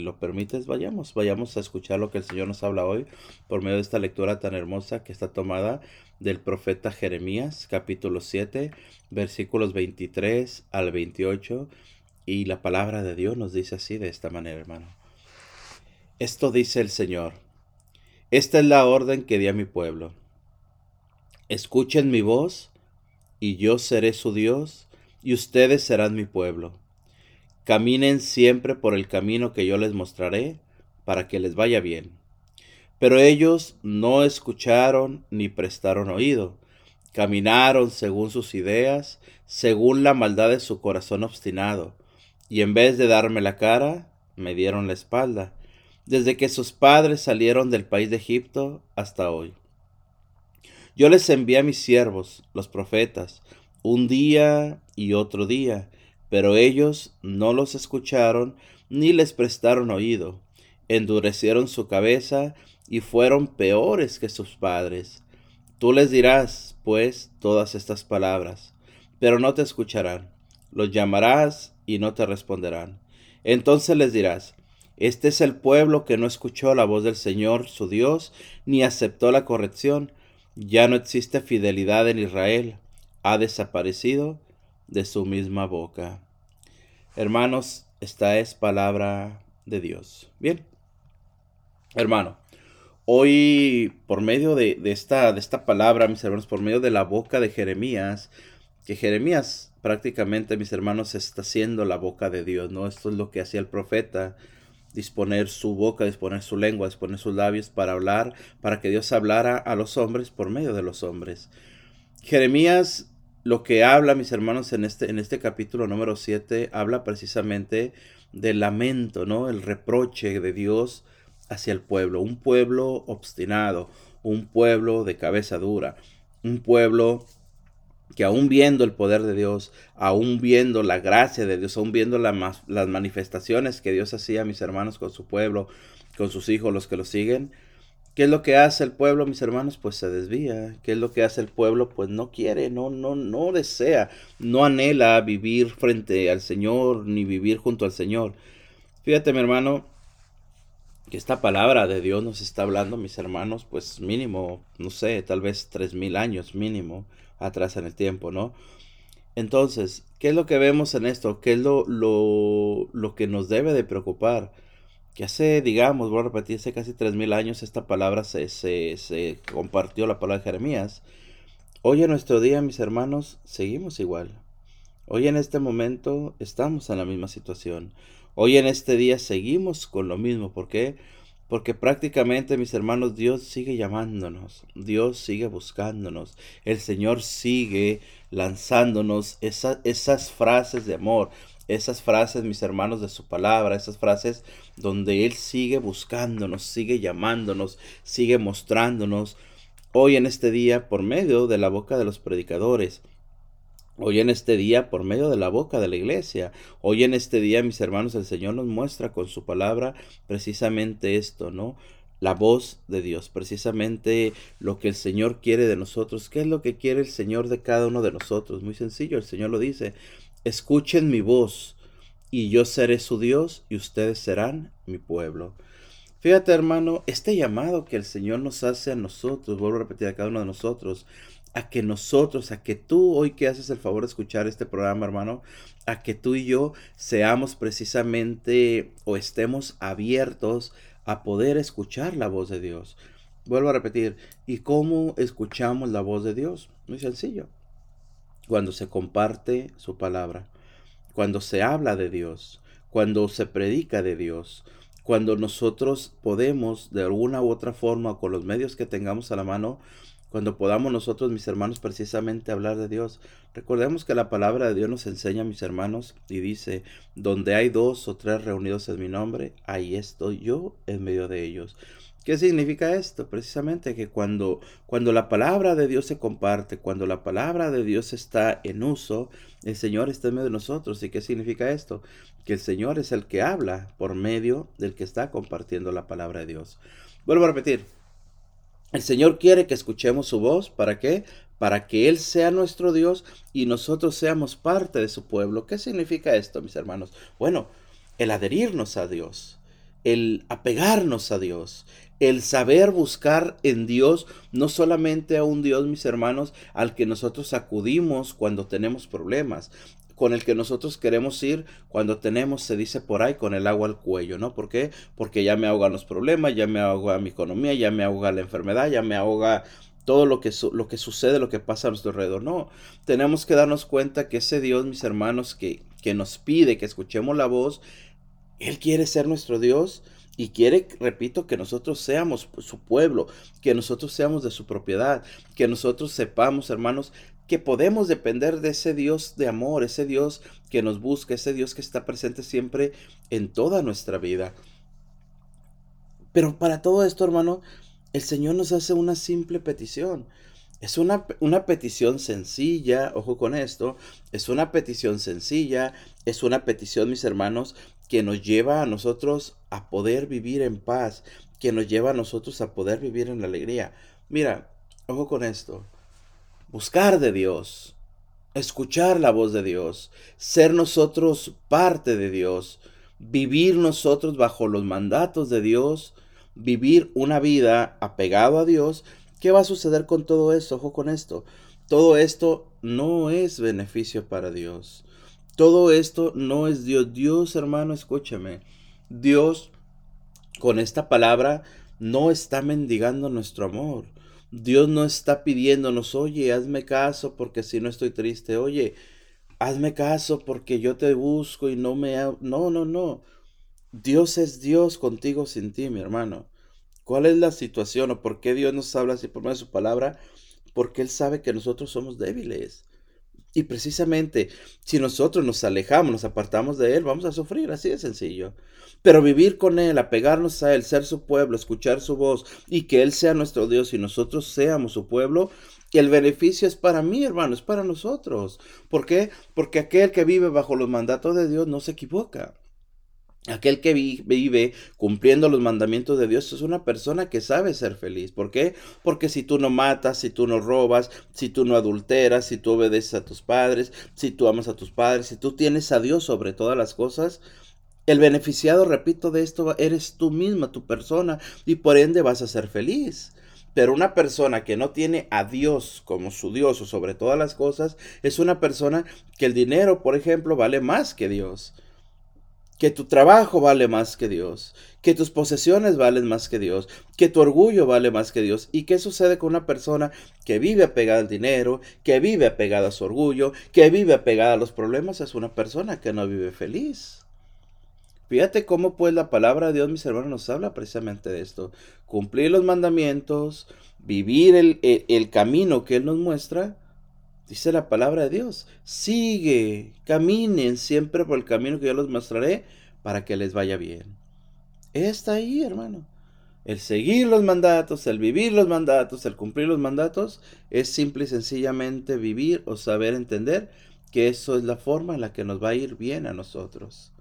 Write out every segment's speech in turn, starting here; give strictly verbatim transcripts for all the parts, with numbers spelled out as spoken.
lo permites, vayamos, vayamos a escuchar lo que el Señor nos habla hoy por medio de esta lectura tan hermosa que está tomada del profeta Jeremías, capítulo siete, versículos veintitrés al veintiocho, y la palabra de Dios nos dice así de esta manera, hermano. Esto dice el Señor: esta es la orden que di a mi pueblo. Escuchen mi voz, y yo seré su Dios, y ustedes serán mi pueblo. Caminen siempre por el camino que yo les mostraré, para que les vaya bien. Pero ellos no escucharon ni prestaron oído. Caminaron según sus ideas, según la maldad de su corazón obstinado, y en vez de darme la cara, me dieron la espalda, desde que sus padres salieron del país de Egipto hasta hoy. Yo les envié a mis siervos, los profetas, un día y otro día, pero ellos no los escucharon ni les prestaron oído. Endurecieron su cabeza y fueron peores que sus padres. Tú les dirás, pues, todas estas palabras, pero no te escucharán. Los llamarás y no te responderán. Entonces les dirás: este es el pueblo que no escuchó la voz del Señor su Dios, ni aceptó la corrección. Ya no existe fidelidad en Israel. Ha desaparecido de su misma boca. Hermanos, esta es palabra de Dios. Bien, hermano, hoy por medio de, de, esta, de esta palabra, mis hermanos, por medio de la boca de Jeremías, que Jeremías prácticamente, mis hermanos, está haciendo la boca de Dios, ¿no? Esto es lo que hacía el profeta: disponer su boca, disponer su lengua, disponer sus labios para hablar, para que Dios hablara a los hombres por medio de los hombres. Jeremías, lo que habla, mis hermanos, en este, en este capítulo número siete, habla precisamente del lamento, ¿no? El reproche de Dios hacia el pueblo, un pueblo obstinado, un pueblo de cabeza dura, un pueblo que aún viendo el poder de Dios, aún viendo la gracia de Dios, aún viendo la, las manifestaciones que Dios hacía, mis hermanos, con su pueblo, con sus hijos, los que lo siguen, ¿qué es lo que hace el pueblo, mis hermanos? Pues se desvía. ¿Qué es lo que hace el pueblo? Pues no quiere, no, no, no desea, no anhela vivir frente al Señor, ni vivir junto al Señor. Fíjate, mi hermano, que esta palabra de Dios nos está hablando, mis hermanos, pues mínimo, no sé, tal vez tres mil años mínimo atrás en el tiempo, ¿no? Entonces, ¿qué es lo que vemos en esto? ¿Qué es lo, lo, lo que nos debe de preocupar? Que hace, digamos, voy a repetir, hace casi tres mil años esta palabra se, se, se compartió, la palabra de Jeremías. Hoy en nuestro día, mis hermanos, seguimos igual. Hoy en este momento estamos en la misma situación. Hoy en este día seguimos con lo mismo. ¿Por qué? Porque prácticamente, mis hermanos, Dios sigue llamándonos. Dios sigue buscándonos. El Señor sigue lanzándonos esa, esas frases de amor. Esas frases, mis hermanos, de su palabra. Esas frases donde Él sigue buscándonos, sigue llamándonos, sigue mostrándonos. Hoy en este día, por medio de la boca de los predicadores. Hoy en este día, por medio de la boca de la iglesia. Hoy en este día, mis hermanos, el Señor nos muestra con su palabra precisamente esto, ¿no? La voz de Dios, precisamente lo que el Señor quiere de nosotros. ¿Qué es lo que quiere el Señor de cada uno de nosotros? Muy sencillo, el Señor lo dice: escuchen mi voz, y yo seré su Dios, y ustedes serán mi pueblo. Fíjate, hermano, este llamado que el Señor nos hace a nosotros, vuelvo a repetir, a cada uno de nosotros, a que nosotros, a que tú hoy que haces el favor de escuchar este programa, hermano, a que tú y yo seamos precisamente o estemos abiertos a poder escuchar la voz de Dios. Vuelvo a repetir, ¿y cómo escuchamos la voz de Dios? Muy sencillo: cuando se comparte su palabra, cuando se habla de Dios, cuando se predica de Dios, cuando nosotros podemos de alguna u otra forma, con los medios que tengamos a la mano, cuando podamos nosotros, mis hermanos, precisamente hablar de Dios. Recordemos que la palabra de Dios nos enseña, mis hermanos, y dice: donde hay dos o tres reunidos en mi nombre, ahí estoy yo en medio de ellos. ¿Qué significa esto? Precisamente que cuando, cuando la palabra de Dios se comparte, cuando la palabra de Dios está en uso, el Señor está en medio de nosotros. ¿Y qué significa esto? Que el Señor es el que habla por medio del que está compartiendo la palabra de Dios. Vuelvo a repetir, el Señor quiere que escuchemos su voz. ¿Para qué? Para que Él sea nuestro Dios y nosotros seamos parte de su pueblo. ¿Qué significa esto, mis hermanos? Bueno, el adherirnos a Dios. el apegarnos a Dios, el saber buscar en Dios, no solamente a un Dios, mis hermanos, al que nosotros acudimos cuando tenemos problemas, con el que nosotros queremos ir cuando tenemos, se dice por ahí, con el agua al cuello, ¿no? ¿Por qué? Porque ya me ahogan los problemas, ya me ahoga mi economía, ya me ahoga la enfermedad, ya me ahoga todo lo que, su- lo que sucede, lo que pasa a nuestro alrededor. No, tenemos que darnos cuenta que ese Dios, mis hermanos, que, que nos pide que escuchemos la voz, Él quiere ser nuestro Dios y quiere, repito, que nosotros seamos su pueblo, que nosotros seamos de su propiedad, que nosotros sepamos, hermanos, que podemos depender de ese Dios de amor, ese Dios que nos busca, ese Dios que está presente siempre en toda nuestra vida. Pero para todo esto, hermano, el Señor nos hace una simple petición. Es una, una petición sencilla, ojo con esto, es una petición sencilla, es una petición, mis hermanos, que nos lleva a nosotros a poder vivir en paz, que nos lleva a nosotros a poder vivir en la alegría. Mira, ojo con esto, buscar de Dios, escuchar la voz de Dios, ser nosotros parte de Dios, vivir nosotros bajo los mandatos de Dios, vivir una vida apegado a Dios. ¿Qué va a suceder con todo esto? Ojo con esto. Todo esto no es beneficio para Dios. Todo esto no es Dios. Dios, hermano, escúchame. Dios con esta palabra no está mendigando nuestro amor. Dios no está pidiéndonos, oye, hazme caso porque si no estoy triste. Oye, hazme caso porque yo te busco y no me... ha-". No, no, no. Dios es Dios contigo sin ti, mi hermano. ¿Cuál es la situación o por qué Dios nos habla así por medio de su palabra? Porque Él sabe que nosotros somos débiles. Y precisamente, si nosotros nos alejamos, nos apartamos de Él, vamos a sufrir, así de sencillo. Pero vivir con Él, apegarnos a Él, ser su pueblo, escuchar su voz y que Él sea nuestro Dios y nosotros seamos su pueblo, el beneficio es para mí, hermano, es para nosotros. ¿Por qué? Porque aquel que vive bajo los mandatos de Dios no se equivoca. Aquel que vi- vive cumpliendo los mandamientos de Dios es una persona que sabe ser feliz. ¿Por qué? Porque si tú no matas, si tú no robas, si tú no adulteras, si tú obedeces a tus padres, si tú amas a tus padres, si tú tienes a Dios sobre todas las cosas, el beneficiado, repito, de esto eres tú misma, tu persona, y por ende vas a ser feliz. Pero una persona que no tiene a Dios como su Dios o sobre todas las cosas, es una persona que el dinero, por ejemplo, vale más que Dios, que tu trabajo vale más que Dios, que tus posesiones valen más que Dios, que tu orgullo vale más que Dios. ¿Y qué sucede con una persona que vive apegada al dinero, que vive apegada a su orgullo, que vive apegada a los problemas? Es una persona que no vive feliz. Fíjate cómo pues la palabra de Dios, mis hermanos, nos habla precisamente de esto. Cumplir los mandamientos, vivir el, el, el camino que Él nos muestra. Dice la palabra de Dios, sigue, caminen siempre por el camino que yo les mostraré para que les vaya bien. Está ahí, hermano. El seguir los mandatos, el vivir los mandatos, el cumplir los mandatos, es simple y sencillamente vivir o saber entender que eso es la forma en la que nos va a ir bien a nosotros.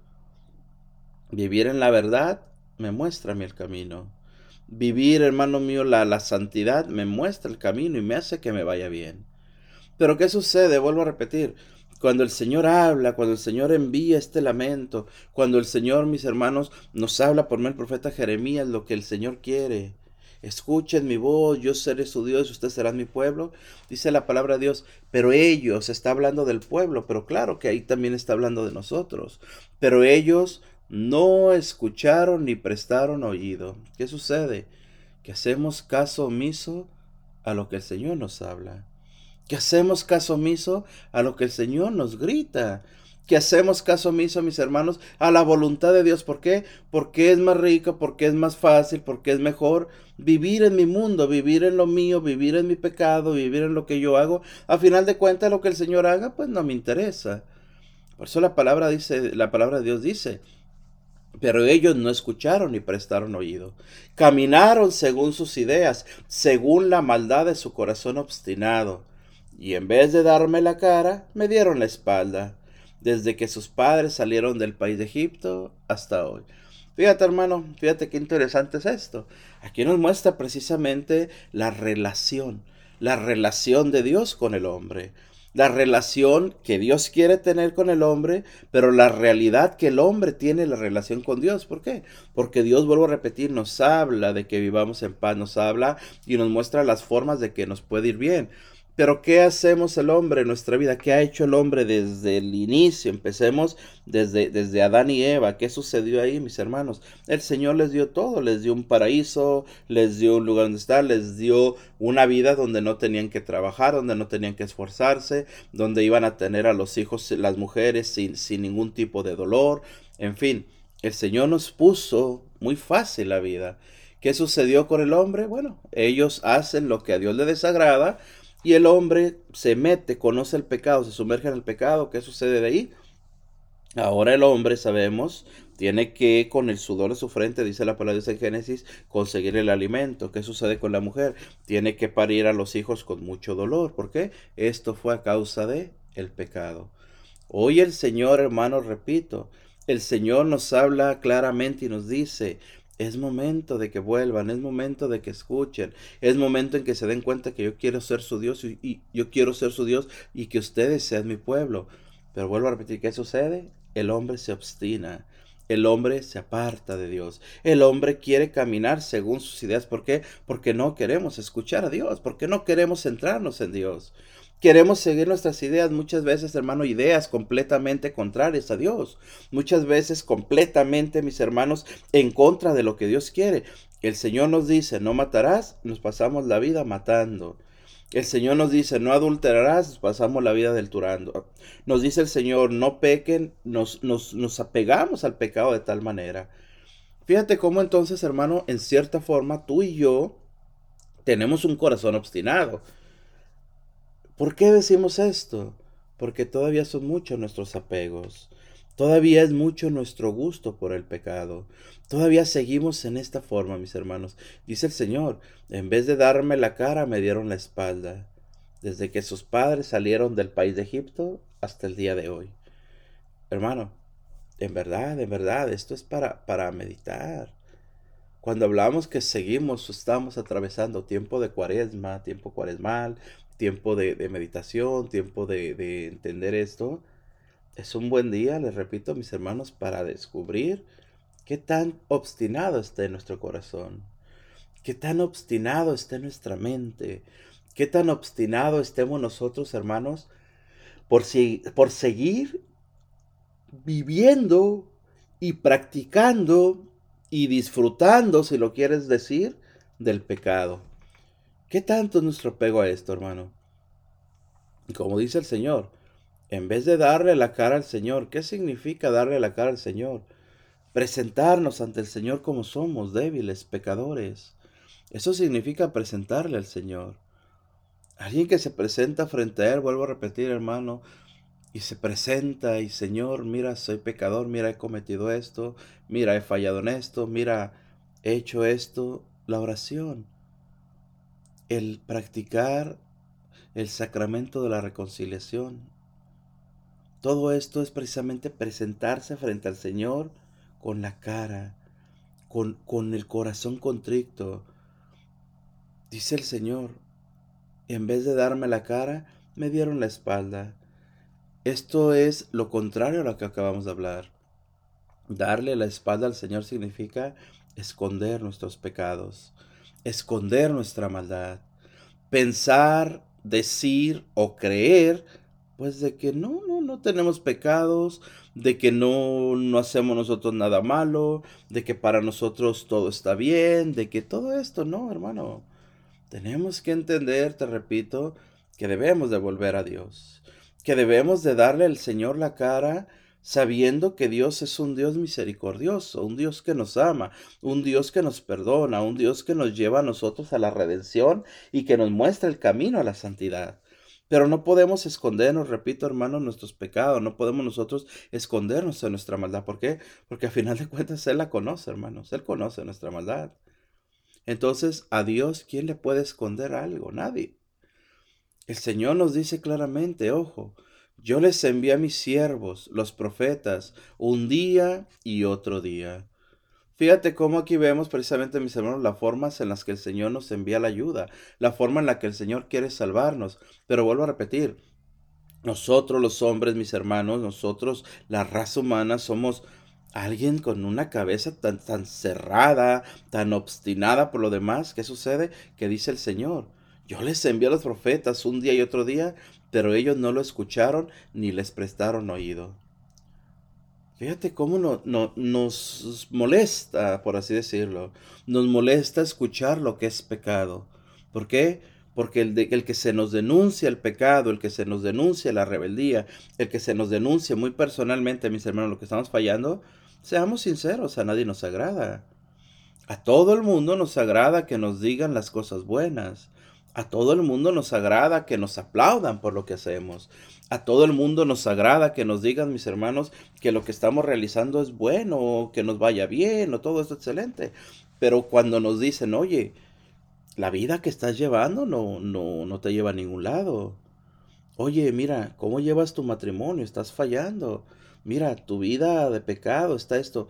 Vivir en la verdad me muestra a mí el camino. Vivir, hermano mío, la, la santidad me muestra el camino y me hace que me vaya bien. Pero ¿qué sucede? Vuelvo a repetir. Cuando el Señor habla, cuando el Señor envía este lamento, cuando el Señor, mis hermanos, nos habla por medio del profeta Jeremías lo que el Señor quiere. Escuchen mi voz, yo seré su Dios y ustedes serán mi pueblo. Dice la palabra de Dios, pero ellos, está hablando del pueblo, pero claro que ahí también está hablando de nosotros. Pero ellos no escucharon ni prestaron oído. ¿Qué sucede? Que hacemos caso omiso a lo que el Señor nos habla, que hacemos caso omiso a lo que el Señor nos grita, que hacemos caso omiso, mis hermanos, a la voluntad de Dios. ¿Por qué? Porque es más rico, porque es más fácil, porque es mejor vivir en mi mundo, vivir en lo mío, vivir en mi pecado, vivir en lo que yo hago. A final de cuentas, lo que el Señor haga, pues no me interesa. Por eso la palabra dice, la palabra de Dios dice, pero ellos no escucharon ni prestaron oído. Caminaron según sus ideas, según la maldad de su corazón obstinado. Y en vez de darme la cara, me dieron la espalda, desde que sus padres salieron del país de Egipto hasta hoy. Fíjate, hermano, fíjate qué interesante es esto. Aquí nos muestra precisamente la relación, la relación de Dios con el hombre. la relación que Dios quiere tener con el hombre, pero la realidad que el hombre tiene la relación con Dios. ¿Por qué? Porque Dios, vuelvo a repetir, nos habla de que vivamos en paz, nos habla y nos muestra las formas de que nos puede ir bien. Pero ¿qué hacemos el hombre en nuestra vida? ¿Qué ha hecho el hombre desde el inicio? Empecemos desde, desde Adán y Eva. ¿Qué sucedió ahí, mis hermanos? El Señor les dio todo, les dio un paraíso, les dio un lugar donde estar, les dio una vida donde no tenían que trabajar, donde no tenían que esforzarse, donde iban a tener a los hijos, las mujeres sin, sin ningún tipo de dolor. En fin, el Señor nos puso muy fácil la vida. ¿Qué sucedió con el hombre? Bueno, ellos hacen lo que a Dios le desagrada y el hombre se mete, conoce el pecado, se sumerge en el pecado. ¿Qué sucede de ahí? Ahora el hombre, sabemos, tiene que con el sudor de su frente, dice la palabra de Dios en Génesis, conseguir el alimento. ¿Qué sucede con la mujer? Tiene que parir a los hijos con mucho dolor. ¿Por qué? Esto fue a causa de el pecado. Hoy el Señor, hermanos, repito, el Señor nos habla claramente y nos dice, es momento de que vuelvan, es momento de que escuchen, es momento en que se den cuenta que yo quiero ser su Dios y, y yo quiero ser su Dios y que ustedes sean mi pueblo. Pero vuelvo a repetir, ¿qué sucede? El hombre se obstina. El hombre se aparta de Dios. El hombre quiere caminar según sus ideas. ¿Por qué? Porque no queremos escuchar a Dios. Porque no queremos centrarnos en Dios. Queremos seguir nuestras ideas, muchas veces, hermano, ideas completamente contrarias a Dios. Muchas veces completamente, mis hermanos, en contra de lo que Dios quiere. El Señor nos dice, no matarás, nos pasamos la vida matando. El Señor nos dice, no adulterarás, nos pasamos la vida adulterando. Nos dice el Señor, no pequen, nos, nos, nos apegamos al pecado de tal manera. Fíjate cómo entonces, hermano, en cierta forma, tú y yo tenemos un corazón obstinado. ¿Por qué decimos esto? Porque todavía son muchos nuestros apegos. Todavía es mucho nuestro gusto por el pecado. Todavía seguimos en esta forma, mis hermanos. Dice el Señor, en vez de darme la cara, me dieron la espalda. Desde que sus padres salieron del país de Egipto hasta el día de hoy. Hermano, en verdad, en verdad, esto es para, para meditar. Cuando hablamos que seguimos, estamos atravesando tiempo de cuaresma, tiempo cuaresmal, tiempo de, de meditación, tiempo de, de entender esto, es un buen día, les repito, mis hermanos, para descubrir qué tan obstinado está en nuestro corazón, qué tan obstinado está en nuestra mente, qué tan obstinado estemos nosotros, hermanos, por, si, por seguir viviendo y practicando y disfrutando, si lo quieres decir, del pecado. ¿Qué tanto es nuestro apego a esto, hermano? Como dice el Señor, en vez de darle la cara al Señor, ¿qué significa darle la cara al Señor? Presentarnos ante el Señor como somos, débiles, pecadores. Eso significa presentarle al Señor. Alguien que se presenta frente a Él, vuelvo a repetir, hermano, y se presenta y Señor, mira, soy pecador, mira, he cometido esto, mira, he fallado en esto, mira, he hecho esto. La oración, el practicar el sacramento de la reconciliación. Todo esto es precisamente presentarse frente al Señor con la cara, con, con el corazón contrito. Dice el Señor, en vez de darme la cara, me dieron la espalda. Esto es lo contrario a lo que acabamos de hablar. Darle la espalda al Señor significa esconder nuestros pecados, esconder nuestra maldad, pensar, decir o creer, pues de que no, no, no tenemos pecados, de que no, no hacemos nosotros nada malo, de que para nosotros todo está bien, de que todo esto, no, hermano. Tenemos que entender, te repito, que debemos de volver a Dios, que debemos de darle al Señor la cara sabiendo que Dios es un Dios misericordioso, un Dios que nos ama, un Dios que nos perdona, un Dios que nos lleva a nosotros a la redención y que nos muestra el camino a la santidad. Pero no podemos escondernos, repito, hermanos, nuestros pecados, no podemos nosotros escondernos en nuestra maldad. ¿Por qué? Porque a final de cuentas Él la conoce, hermanos, Él conoce nuestra maldad. Entonces, a Dios, ¿quién le puede esconder algo? Nadie. El Señor nos dice claramente, ojo, yo les envié a mis siervos, los profetas, un día y otro día. Fíjate cómo aquí vemos precisamente, mis hermanos, las formas en las que el Señor nos envía la ayuda, la forma en la que el Señor quiere salvarnos. Pero vuelvo a repetir, Nosotros los hombres, mis hermanos, nosotros, la raza humana, somos alguien con una cabeza tan, tan cerrada, tan obstinada por lo demás. ¿Qué sucede? Que dice el Señor: yo les envié a los profetas un día y otro día, pero ellos no lo escucharon ni les prestaron oído. Fíjate cómo no, no- nos molesta, por así decirlo, nos molesta escuchar lo que es pecado. ¿Por qué? Porque el, de- el que se nos denuncia el pecado, el que se nos denuncia la rebeldía, el que se nos denuncia muy personalmente, mis hermanos, lo que estamos fallando, seamos sinceros, a nadie nos agrada. A todo el mundo nos agrada que nos digan las cosas buenas. A todo el mundo nos agrada que nos aplaudan por lo que hacemos. A todo el mundo nos agrada que nos digan, mis hermanos, que lo que estamos realizando es bueno, que nos vaya bien, o todo es excelente. Pero cuando nos dicen, oye, la vida que estás llevando no, no, no te lleva a ningún lado. Oye, mira, ¿cómo llevas tu matrimonio? Estás fallando. Mira, tu vida de pecado está esto.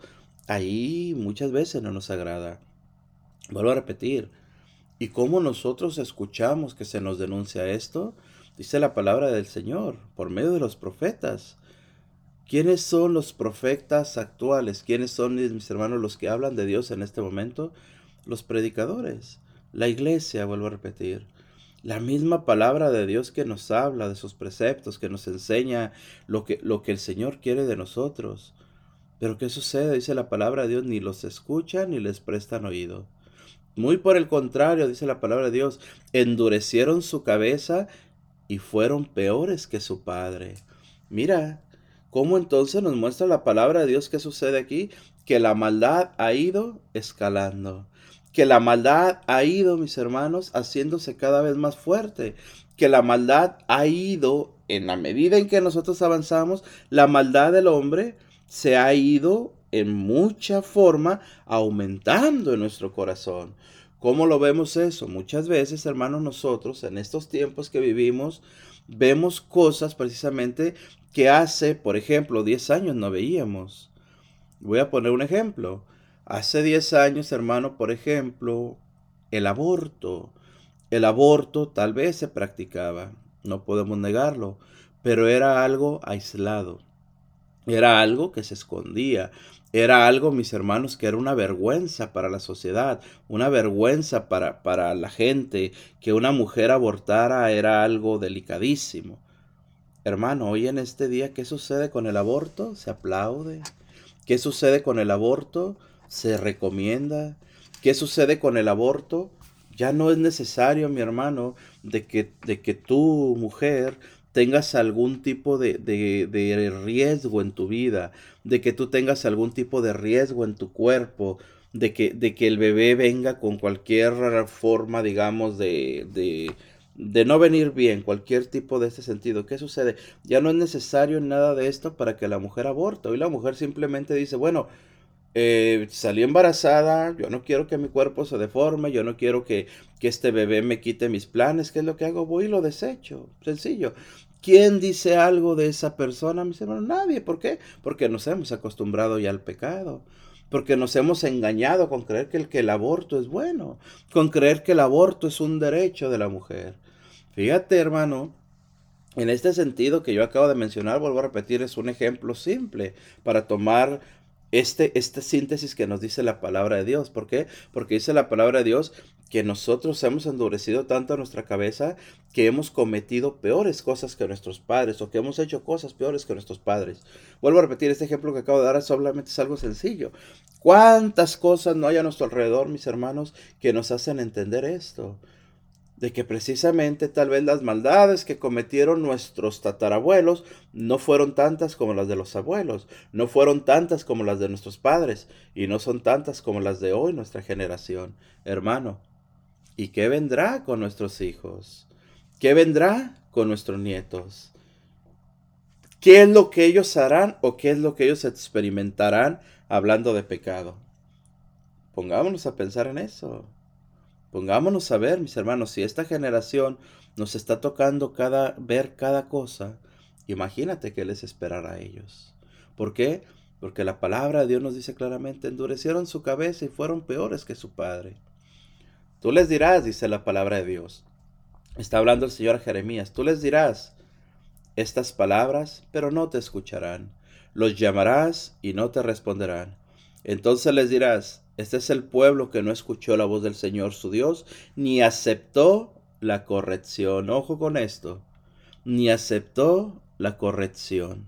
Ahí muchas veces no nos agrada. Vuelvo a repetir, ¿y cómo nosotros escuchamos que se nos denuncia esto? Dice la palabra del Señor, por medio de los profetas. ¿Quiénes son los profetas actuales? ¿Quiénes son, mis hermanos, los que hablan de Dios en este momento? Los predicadores, la iglesia, vuelvo a repetir. La misma palabra de Dios que nos habla de sus preceptos, que nos enseña lo que, lo que el Señor quiere de nosotros. Pero ¿qué sucede? Dice la palabra de Dios, ni los escuchan ni les prestan oído. Muy por el contrario, dice la palabra de Dios, endurecieron su cabeza y fueron peores que su padre. Mira, ¿cómo entonces nos muestra la palabra de Dios qué sucede aquí? Que la maldad ha ido escalando, que la maldad ha ido, mis hermanos, haciéndose cada vez más fuerte, que la maldad ha ido, en la medida en que nosotros avanzamos, la maldad del hombre se ha ido en mucha forma aumentando en nuestro corazón. ¿Cómo lo vemos eso? Muchas veces, hermanos, nosotros en estos tiempos que vivimos, vemos cosas precisamente que hace, por ejemplo, diez años no veíamos. Voy a poner un ejemplo. Hace diez años, hermano, por ejemplo, el aborto. El aborto tal vez se practicaba, no podemos negarlo, pero era algo aislado. Era algo que se escondía. Era algo, mis hermanos, que era una vergüenza para la sociedad, una vergüenza para, para la gente. Que una mujer abortara era algo delicadísimo. Hermano, hoy en este día, ¿qué sucede con el aborto? Se aplaude. ¿Qué sucede con el aborto? Se recomienda. ¿Qué sucede con el aborto? Ya no es necesario, mi hermano, de que, de que tú, mujer, tengas algún tipo de, de, de riesgo en tu vida, de que tú tengas algún tipo de riesgo en tu cuerpo, de que, de que el bebé venga con cualquier forma, digamos, de, de, de no venir bien, cualquier tipo de este sentido. ¿Qué sucede? Ya no es necesario nada de esto para que la mujer aborte. Hoy la mujer simplemente dice, bueno, eh, salí embarazada, yo no quiero que mi cuerpo se deforme, yo no quiero que, que este bebé me quite mis planes. ¿Qué es lo que hago? Voy y lo desecho. Sencillo. ¿Quién dice algo de esa persona, mis hermanos? Nadie. ¿Por qué? Porque nos hemos acostumbrado ya al pecado. Porque nos hemos engañado con creer que el, que el aborto es bueno, con creer que el aborto es un derecho de la mujer. Fíjate, hermano, en este sentido que yo acabo de mencionar, vuelvo a repetir, es un ejemplo simple para tomar este, este síntesis que nos dice la palabra de Dios. ¿Por qué? Porque dice la palabra de Dios que nosotros hemos endurecido tanto nuestra cabeza que hemos cometido peores cosas que nuestros padres o que hemos hecho cosas peores que nuestros padres. Vuelvo a repetir, este ejemplo que acabo de dar solamente es algo sencillo. ¿Cuántas cosas no hay a nuestro alrededor, mis hermanos, que nos hacen entender esto? De que precisamente tal vez las maldades que cometieron nuestros tatarabuelos no fueron tantas como las de los abuelos, no fueron tantas como las de nuestros padres, y no son tantas como las de hoy, nuestra generación. Hermano, ¿y qué vendrá con nuestros hijos? ¿Qué vendrá con nuestros nietos? ¿Qué es lo que ellos harán o qué es lo que ellos experimentarán hablando de pecado? Pongámonos a pensar en eso. Pongámonos a ver, mis hermanos, si esta generación nos está tocando cada, ver cada cosa, imagínate qué les esperará a ellos. ¿Por qué? Porque la palabra de Dios nos dice claramente, endurecieron su cabeza y fueron peores que su padre. Tú les dirás, dice la palabra de Dios. Está hablando el Señor a Jeremías, tú les dirás, estas palabras, pero no te escucharán. Los llamarás y no te responderán. Entonces les dirás, este es el pueblo que no escuchó la voz del Señor su Dios, ni aceptó la corrección. Ojo con esto, ni aceptó la corrección.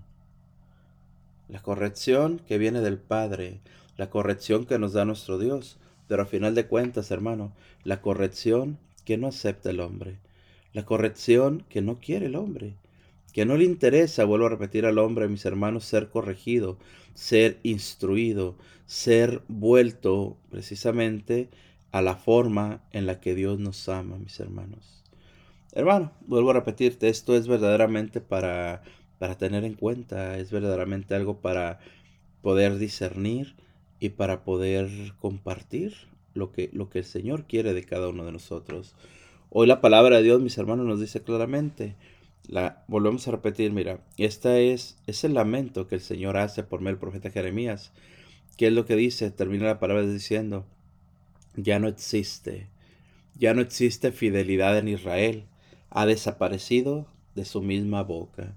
La corrección que viene del Padre, la corrección que nos da nuestro Dios. Pero a final de cuentas, hermano, la corrección que no acepta el hombre. La corrección que no quiere el hombre. Que no le interesa, vuelvo a repetir al hombre, mis hermanos, ser corregido, ser instruido, ser vuelto precisamente a la forma en la que Dios nos ama, mis hermanos. Hermano, vuelvo a repetirte, esto es verdaderamente para, para tener en cuenta, es verdaderamente algo para poder discernir y para poder compartir lo que, lo que el Señor quiere de cada uno de nosotros. Hoy la palabra de Dios, mis hermanos, nos dice claramente, la, volvemos a repetir, mira, esta es, es el lamento que el Señor hace por medio del profeta Jeremías. ¿Qué es lo que dice? Termina la palabra diciendo, ya no existe, ya no existe fidelidad en Israel, ha desaparecido de su misma boca.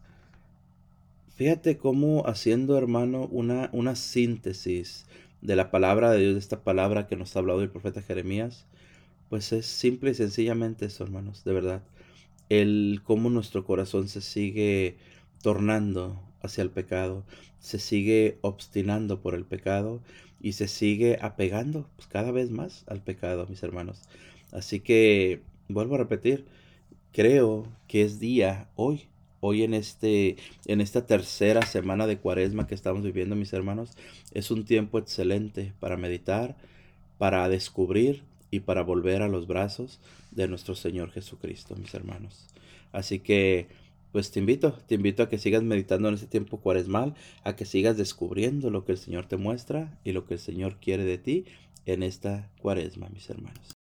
Fíjate cómo haciendo, hermano, una, una síntesis de la palabra de Dios, de esta palabra que nos ha hablado el profeta Jeremías, pues es simple y sencillamente eso, hermanos, de verdad. El cómo nuestro corazón se sigue tornando hacia el pecado, se sigue obstinando por el pecado y se sigue apegando pues, cada vez más al pecado, mis hermanos. Así que, vuelvo a repetir, creo que es día hoy, hoy en este, en esta tercera semana de Cuaresma que estamos viviendo, mis hermanos, es un tiempo excelente para meditar, para descubrir y para volver a los brazos de nuestro Señor Jesucristo, mis hermanos. Así que, pues te invito, te invito a que sigas meditando en este tiempo cuaresmal, a que sigas descubriendo lo que el Señor te muestra y lo que el Señor quiere de ti en esta Cuaresma, mis hermanos.